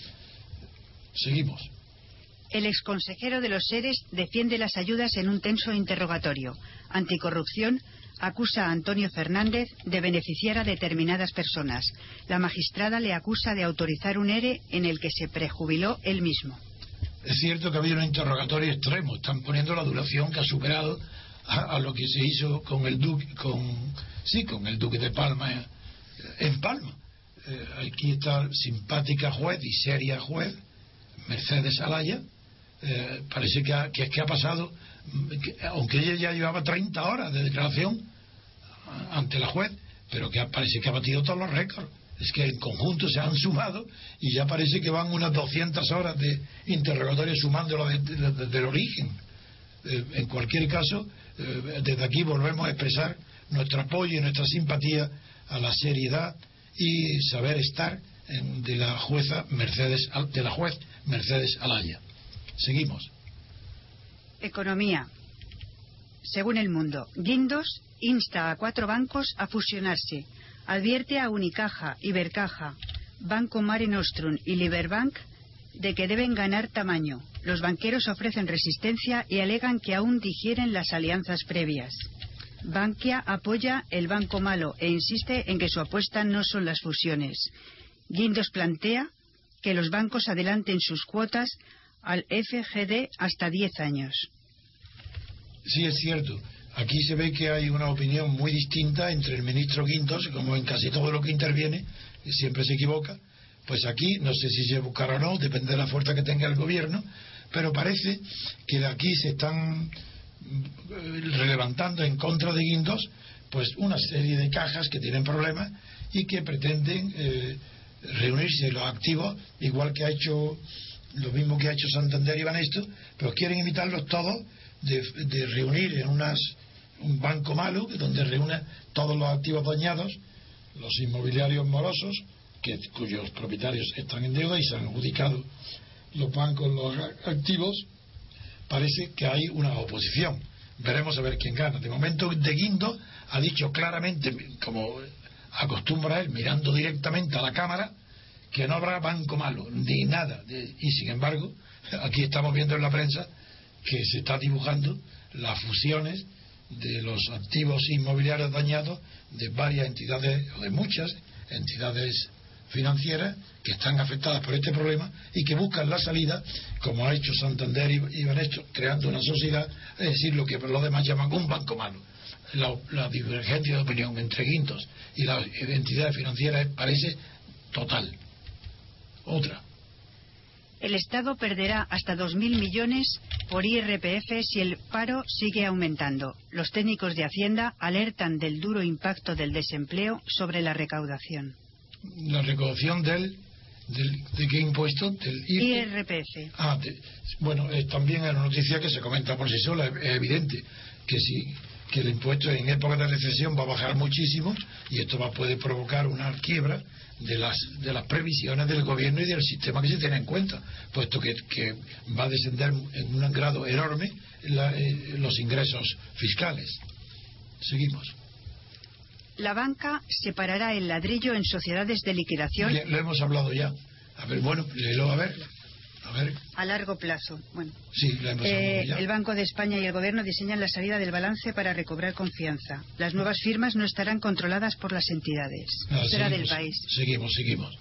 Seguimos. El exconsejero de los Seres defiende las ayudas en un tenso interrogatorio. Anticorrupción acusa a Antonio Fernández de beneficiar a determinadas personas. La magistrada le acusa de autorizar un ERE en el que se prejubiló él mismo. Es cierto que ha habido un interrogatorio extremo. Están poniendo la duración que ha superado a, a lo que se hizo con el duque, con sí, con el duque de Palma eh, en Palma. Eh, aquí está simpática juez y seria juez Mercedes Alaya. Eh, parece que ha, que, que ha pasado, que, aunque ella ya llevaba treinta horas de declaración ante la juez, pero que ha, parece que ha batido todos los récords. Es que en conjunto se han sumado y ya parece que van unas doscientas horas de interrogatorio sumándolo de, de, de, de, del origen. Eh, en cualquier caso, eh, desde aquí volvemos a expresar nuestro apoyo y nuestra simpatía a la seriedad y saber estar en, de la jueza Mercedes, de la juez Mercedes Alaya. Seguimos. Economía. Según El Mundo, Guindos insta a cuatro bancos a fusionarse. Advierte a Unicaja, Ibercaja, Banco Mare Nostrum y Liberbank de que deben ganar tamaño. Los banqueros ofrecen resistencia y alegan que aún digieren las alianzas previas. Bankia apoya el banco malo e insiste en que su apuesta no son las fusiones. Guindos plantea que los bancos adelanten sus cuotas al F G D hasta diez años. Sí, es cierto. Aquí se ve que hay una opinión muy distinta entre el ministro Guindos, como en casi todo lo que interviene, siempre se equivoca. Pues aquí, no sé si se buscará o no, depende de la fuerza que tenga el gobierno, pero parece que de aquí se están relevantando en contra de Guindos pues una serie de cajas que tienen problemas y que pretenden eh, reunirse los activos, igual que ha hecho lo mismo que ha hecho Santander y Banesto, pero quieren imitarlos todos de, de reunir en unas un banco malo donde reúne todos los activos dañados, los inmobiliarios morosos, que, cuyos propietarios están en deuda y se han adjudicado los bancos los activos. Parece que hay una oposición. Veremos a ver quién gana. De momento, De Guindos ha dicho claramente, como acostumbra él, mirando directamente a la Cámara, que no habrá banco malo, ni nada. Y sin embargo, aquí estamos viendo en la prensa que se está dibujando las fusiones de los activos inmobiliarios dañados de varias entidades, o de muchas entidades financieras que están afectadas por este problema y que buscan la salida, como ha hecho Santander y Banesto, creando una sociedad, es decir, lo que los demás llaman un banco malo. La, la divergencia de opinión entre Guindos y las entidades financieras parece total. Otra. El Estado perderá hasta dos mil millones por I R P F si el paro sigue aumentando. Los técnicos de Hacienda alertan del duro impacto del desempleo sobre la recaudación. La recaudación del, del ¿de qué impuesto? Del I R P F. Ah, de, bueno, eh, también es una noticia que se comenta por sí sola. Es, es evidente que si que el impuesto en época de recesión va a bajar muchísimo y esto va a poder provocar una quiebra de las de las previsiones del gobierno y del sistema que se tiene en cuenta, puesto que, que va a descender en un grado enorme la, eh, los ingresos fiscales. Seguimos. La banca separará el ladrillo en sociedades de liquidación. Bien, lo hemos hablado ya. A ver, bueno, léelo a ver. A ver. A largo plazo. Bueno. Sí, lo hemos eh, hablado ya. El Banco de España y el Gobierno diseñan la salida del balance para recobrar confianza. Las nuevas firmas no estarán controladas por las entidades. Ah, Será seguimos, del país. Seguimos, seguimos.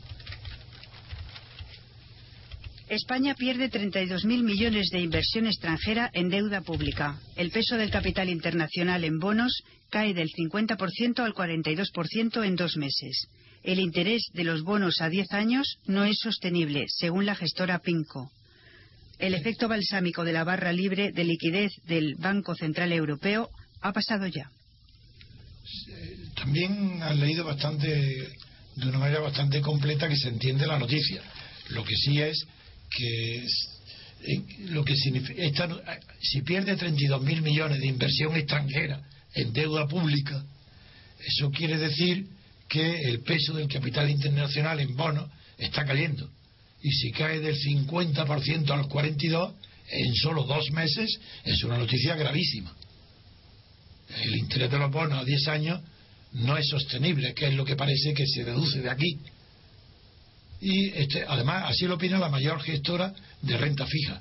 España pierde treinta y dos mil millones de inversión extranjera en deuda pública. El peso del capital internacional en bonos cae del cincuenta por ciento al cuarenta y dos por ciento en dos meses. El interés de los bonos a diez años no es sostenible, según la gestora PIMCO. El efecto balsámico de la barra libre de liquidez del Banco Central Europeo ha pasado ya. También han leído bastante, de una manera bastante completa, que se entiende la noticia. Lo que sí es que lo que significa esta, si pierde treinta y dos mil millones de inversión extranjera en deuda pública, eso quiere decir que el peso del capital internacional en bonos está cayendo, y si cae del cincuenta por ciento al cuarenta y dos por ciento en solo dos meses es una noticia gravísima. El interés de los bonos a diez años no es sostenible, que es lo que parece que se deduce de aquí. Y este, además así lo opina la mayor gestora de renta fija,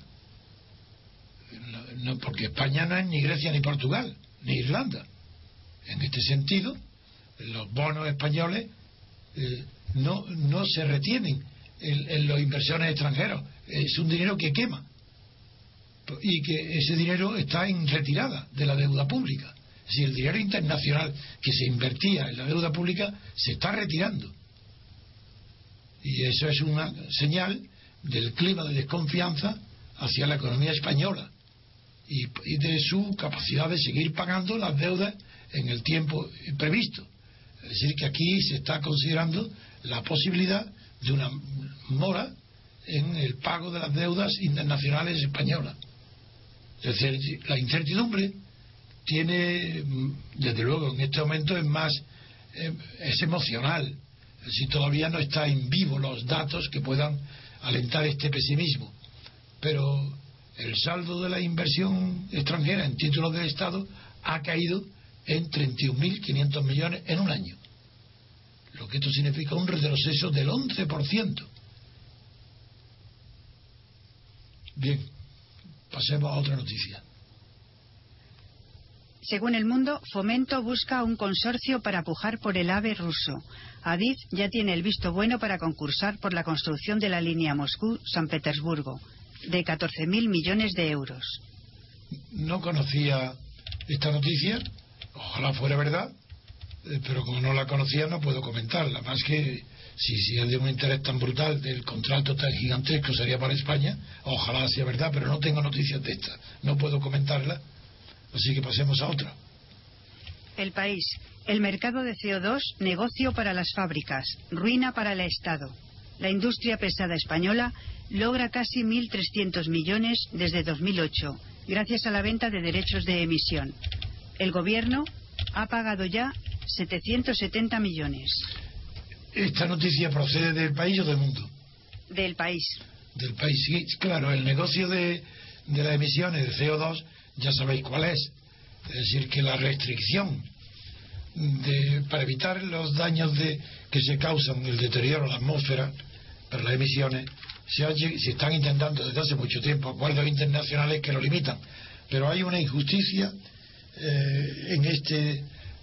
no, porque España no es ni Grecia ni Portugal ni Irlanda. En este sentido, los bonos españoles eh, no, no se retienen en, en las inversiones extranjeras. Es un dinero que quema y que ese dinero está en retirada de la deuda pública. Es decir, el dinero internacional que se invertía en la deuda pública se está retirando. Y eso es una señal del clima de desconfianza hacia la economía española y, y de su capacidad de seguir pagando las deudas en el tiempo previsto. Es decir, que aquí se está considerando la posibilidad de una mora en el pago de las deudas internacionales españolas. Es decir, la incertidumbre tiene, desde luego, en este momento es más, es emocional. Si todavía no está en vivo los datos que puedan alentar este pesimismo, pero el saldo de la inversión extranjera en títulos del Estado ha caído en treinta y un mil quinientos millones en un año, lo que esto significa un retroceso del once por ciento. Bien, pasemos a otra noticia. Según El Mundo, Fomento busca un consorcio para pujar por el AVE ruso. Adif ya tiene el visto bueno para concursar por la construcción de la línea Moscú-San Petersburgo, de catorce mil millones de euros. No conocía esta noticia, ojalá fuera verdad, pero como no la conocía no puedo comentarla, más que Si, si es de un interés tan brutal, el contrato tan gigantesco sería para España, ojalá sea verdad, pero no tengo noticias de esta, no puedo comentarla, así que pasemos a otra. El País. El mercado de C O dos, negocio para las fábricas, ruina para el Estado. La industria pesada española logra casi mil trescientos millones desde dos mil ocho, gracias a la venta de derechos de emisión. El Gobierno ha pagado ya setecientos setenta millones. ¿Esta noticia procede del País o del Mundo? Del País. Del País, sí, claro, el negocio de, de las emisiones de C O dos, ya sabéis cuál es. Es decir, que la restricción de, para evitar los daños de, que se causan del deterioro de la atmósfera por las emisiones, se, ha, se están intentando desde hace mucho tiempo acuerdos internacionales que lo limitan. Pero hay una injusticia eh, en este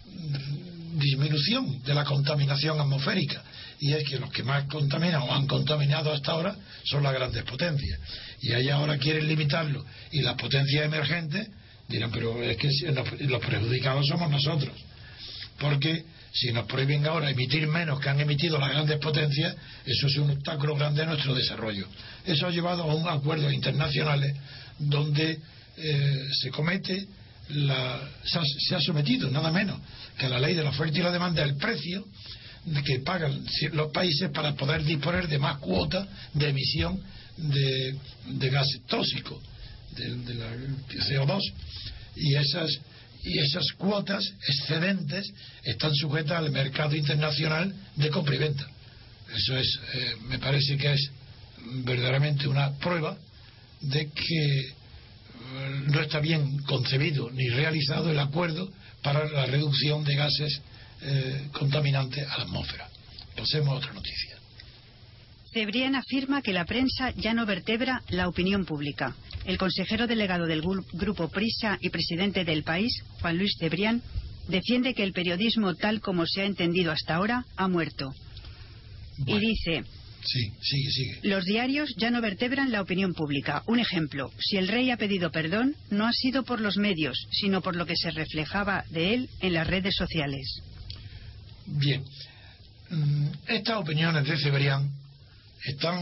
disminución de la contaminación atmosférica, y es que los que más contaminan o han contaminado hasta ahora son las grandes potencias, y ellas ahora quieren limitarlo, y las potencias emergentes dirán, pero es que los perjudicados somos nosotros, porque si nos prohíben ahora emitir menos que han emitido las grandes potencias, eso es un obstáculo grande a nuestro desarrollo. Eso ha llevado a un acuerdo internacionales donde eh, se comete La, se, ha, se ha sometido nada menos que a la ley de la oferta y la demanda el precio que pagan los países para poder disponer de más cuotas de emisión de, de gases tóxicos, de, de la C O dos, y esas y esas cuotas excedentes están sujetas al mercado internacional de compra y venta. Eso es, eh, me parece que es verdaderamente una prueba de que no está bien concebido ni realizado el acuerdo para la reducción de gases eh, contaminantes a la atmósfera. Pasemos a otra noticia. Cebrián afirma que la prensa ya no vertebra la opinión pública. El consejero delegado del Grupo Prisa y presidente del País, Juan Luis Cebrián, defiende que el periodismo tal como se ha entendido hasta ahora ha muerto. Bueno. Y dice... Sí, sigue, sigue. Los diarios ya no vertebran la opinión pública. Un ejemplo, si el rey ha pedido perdón, no ha sido por los medios, sino por lo que se reflejaba de él en las redes sociales. Bien. Estas opiniones de Cebrián están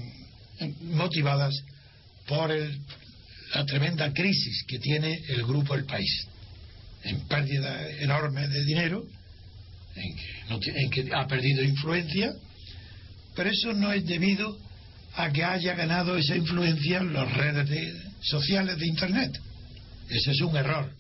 motivadas por el, la tremenda crisis que tiene el grupo El País, en pérdida enorme de dinero, en que, no, en que ha perdido influencia. Pero eso no es debido a que haya ganado esa influencia en las redes de, sociales de Internet. Ese es un error.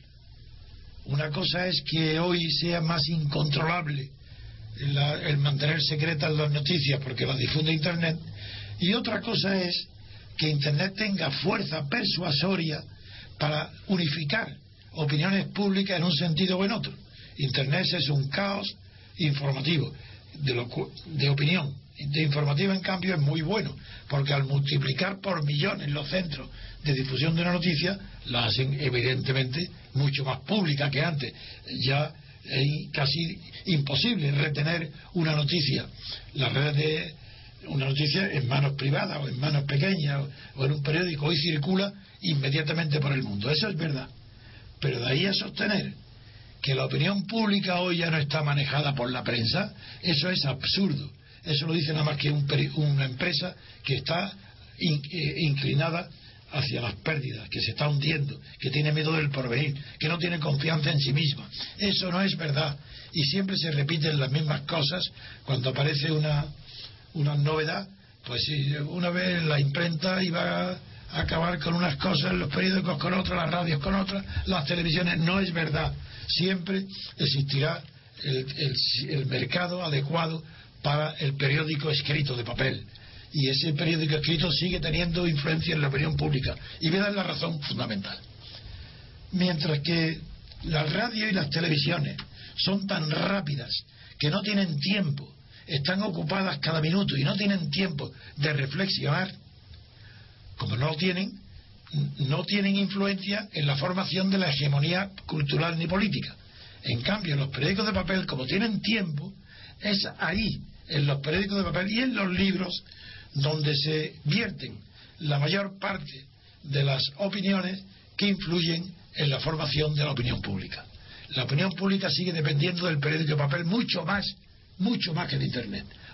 Una cosa es que hoy sea más incontrolable la, el mantener secretas las noticias porque las difunde Internet, y otra cosa es que Internet tenga fuerza persuasoria para unificar opiniones públicas en un sentido o en otro. Internet es un caos informativo de, lo, de opinión. De informativa, en cambio, es muy bueno, porque al multiplicar por millones los centros de difusión de una noticia, la hacen evidentemente mucho más pública que antes. Ya es casi imposible retener una noticia, las redes de una noticia en manos privadas o en manos pequeñas o en un periódico, hoy circula inmediatamente por el mundo. Eso es verdad, pero de ahí a sostener que la opinión pública hoy ya no está manejada por la prensa, eso es absurdo. Eso lo dice nada más que un, una empresa que está in, eh, inclinada hacia las pérdidas, que se está hundiendo, que tiene miedo del porvenir, que no tiene confianza en sí misma. Eso no es verdad. Y siempre se repiten las mismas cosas cuando aparece una, una novedad. Pues si una vez la imprenta iba a acabar con unas cosas, los periódicos con otras, las radios con otras, las televisiones. No es verdad. Siempre existirá el, el, el mercado adecuado para el periódico escrito de papel, y ese periódico escrito sigue teniendo influencia en la opinión pública, y me dan la razón fundamental. Mientras que las radios y las televisiones son tan rápidas que no tienen tiempo, están ocupadas cada minuto y no tienen tiempo de reflexionar, como no lo tienen, no tienen influencia en la formación de la hegemonía cultural ni política. En cambio, los periódicos de papel, como tienen tiempo, es ahí, en los periódicos de papel y en los libros, donde se vierten la mayor parte de las opiniones que influyen en la formación de la opinión pública. La opinión pública sigue dependiendo del periódico de papel mucho más, mucho más que de Internet.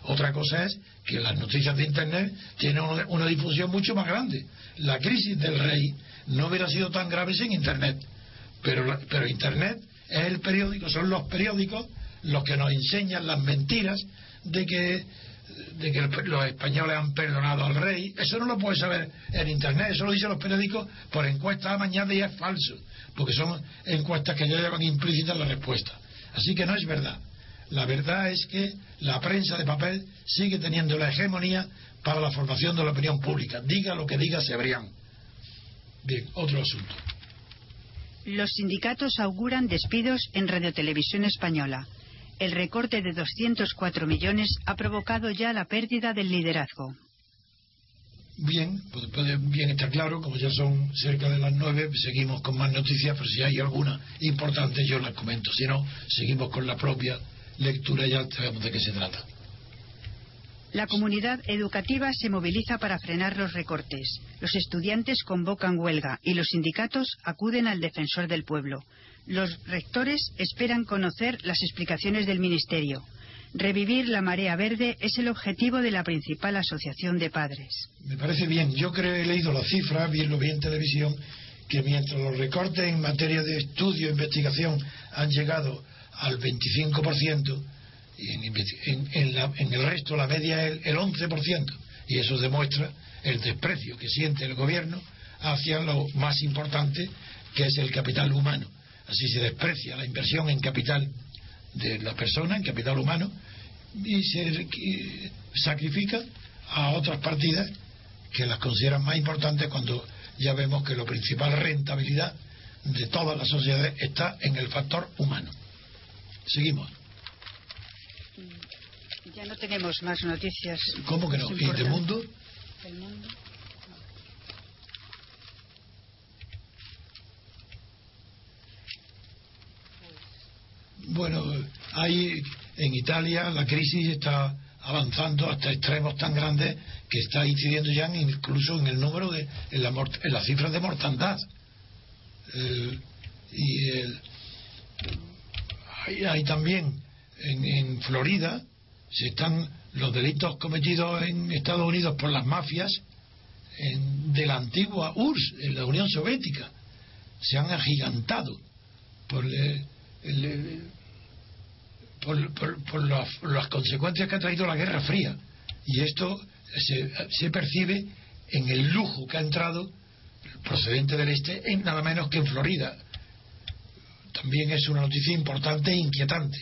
Otra cosa es que las noticias de Internet tienen una, una difusión mucho más grande. La crisis del rey no hubiera sido tan grave sin Internet, pero, pero Internet es el periódico, son los periódicos los que nos enseñan las mentiras de que, de que los españoles han perdonado al rey. Eso no lo puedes saber en Internet, eso lo dicen los periódicos por encuestas a mañana y es falso, porque son encuestas que ya llevan implícitas la respuesta. Así que no es verdad. La verdad es que la prensa de papel sigue teniendo la hegemonía para la formación de la opinión pública. Diga lo que diga Cebrián. Bien, otro asunto. Los sindicatos auguran despidos en Radiotelevisión Española. El recorte de doscientos cuatro millones ha provocado ya la pérdida del liderazgo. Bien, puede, puede bien estar claro, como ya son cerca de las nueve, seguimos con más noticias, pero si hay alguna importante yo las comento. Si no, seguimos con la propia lectura, ya sabemos de qué se trata. La comunidad educativa se moviliza para frenar los recortes. Los estudiantes convocan huelga y los sindicatos acuden al defensor del pueblo. Los rectores esperan conocer las explicaciones del Ministerio. Revivir la marea verde es el objetivo de la principal asociación de padres. Me parece bien. Yo creo que he leído las cifras, bien lo vi en televisión, que mientras los recortes en materia de estudio e investigación han llegado al veinticinco por ciento, y en, en, en, la, en el resto la media es el, el once por ciento, y eso demuestra el desprecio que siente el gobierno hacia lo más importante, que es el capital humano. Así se desprecia la inversión en capital de la persona, en capital humano, y se y sacrifica a otras partidas que las consideran más importantes, cuando ya vemos que la principal rentabilidad de todas las sociedades está en el factor humano. Seguimos. Ya no tenemos más noticias. ¿Cómo que no? ¿Y del mundo? ¿Del mundo? Bueno, hay en Italia la crisis está avanzando hasta extremos tan grandes que está incidiendo ya incluso en el número de en, la mort, en las cifras de mortandad. El, y el, hay, hay también en, en Florida se están los delitos cometidos en Estados Unidos por las mafias en, de la antigua U R S S, en la Unión Soviética, se han agigantado por el, el, el, por, por, por las, las consecuencias que ha traído la Guerra Fría, y esto se, se percibe en el lujo que ha entrado procedente del este en nada menos que en Florida. También es una noticia importante e inquietante.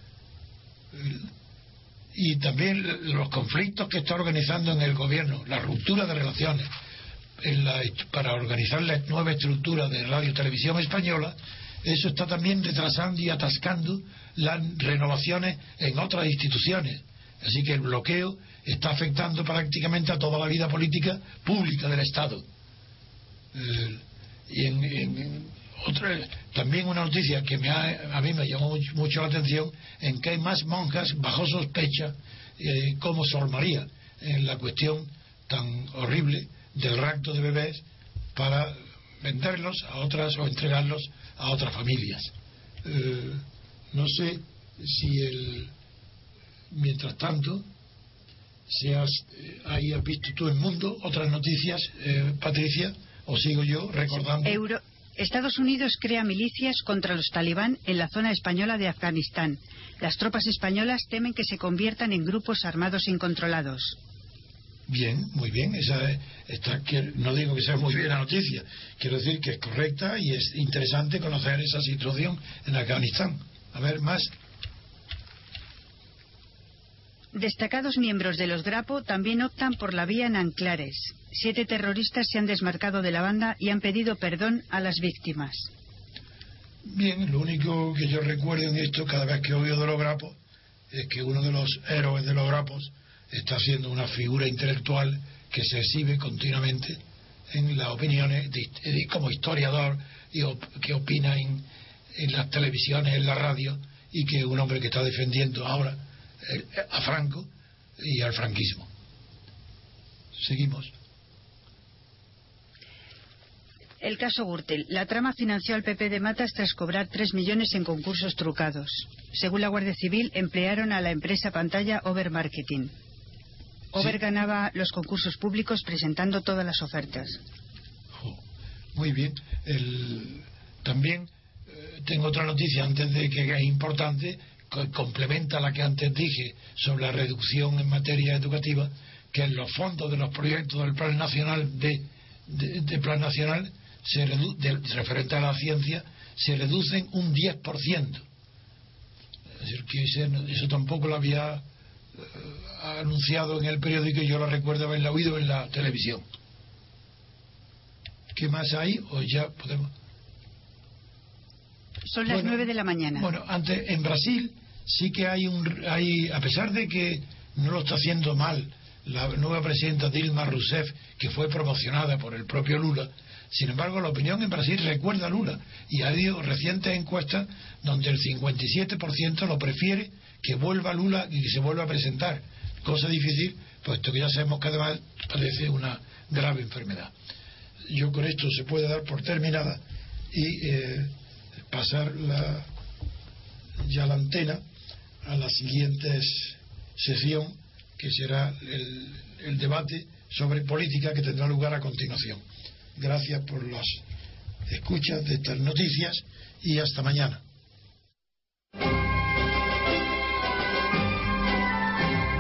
Y también los conflictos que está organizando en el gobierno, la ruptura de relaciones en la, para organizar la nueva estructura de Radio Televisión Española. Eso está también retrasando y atascando las renovaciones en otras instituciones. Así que el bloqueo está afectando prácticamente a toda la vida política pública del Estado. Eh, y en, en otra, también una noticia que me ha, a mí me llamó mucho, mucho la atención, en que hay más monjas bajo sospecha, eh, como Sor María, en la cuestión tan horrible del rapto de bebés para venderlos a otras o entregarlos a otras familias. Eh, no sé si el mientras tanto seas eh, ahí has visto tú en Mundo otras noticias, eh, Patricia, o sigo yo recordando. Euro... Estados Unidos crea milicias contra los talibán en la zona española de Afganistán. Las tropas españolas temen que se conviertan en grupos armados incontrolados. Bien, muy bien. Esa está, no digo que sea muy bien la noticia, quiero decir que es correcta y es interesante conocer esa situación en Afganistán. A ver, más. Destacados miembros de los Grapo también optan por la vía en Anclares. Siete terroristas se han desmarcado de la banda y han pedido perdón a las víctimas. Bien, lo único que yo recuerdo en esto, cada vez que oigo de los Grapos, es que uno de los héroes de los Grapos está siendo una figura intelectual que se exhibe continuamente en las opiniones de, de, como historiador y op, que opina en, en las televisiones, en la radio, y que es un hombre que está defendiendo ahora el, a Franco y al franquismo. Seguimos. El caso Gürtel. La trama financió al P P de Matas tras cobrar tres millones en concursos trucados. Según la Guardia Civil, emplearon a la empresa pantalla Over Marketing. Over sí. ganaba los concursos públicos presentando todas las ofertas. Muy bien. El... También eh, tengo otra noticia antes de que es importante, que complementa la que antes dije sobre la reducción en materia educativa, que en los fondos de los proyectos del Plan Nacional de, de, de Plan Nacional se redu, de, referente a la ciencia se reducen un diez por ciento. Es decir, que ese, eso tampoco lo había eh, anunciado en el periódico y yo lo recuerdo haberlo oído en la televisión. ¿Qué más hay? O ya podemos. Son las bueno, nueve de la mañana. Bueno, antes, en Brasil sí que hay un. hay a pesar de que no lo está haciendo mal la nueva presidenta Dilma Rousseff, que fue promocionada por el propio Lula, sin embargo la opinión en Brasil recuerda a Lula y ha habido recientes encuestas donde el cincuenta y siete por ciento lo prefiere que vuelva Lula y que se vuelva a presentar, cosa difícil puesto que ya sabemos que además padece una grave enfermedad. Yo con esto se puede dar por terminada y eh, pasar la, ya la antena a la siguiente sesión, que será el, el debate sobre política que tendrá lugar a continuación. Gracias por las escuchas de estas noticias y hasta mañana.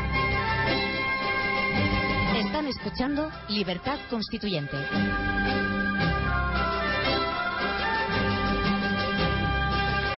Están escuchando Libertad Constituyente.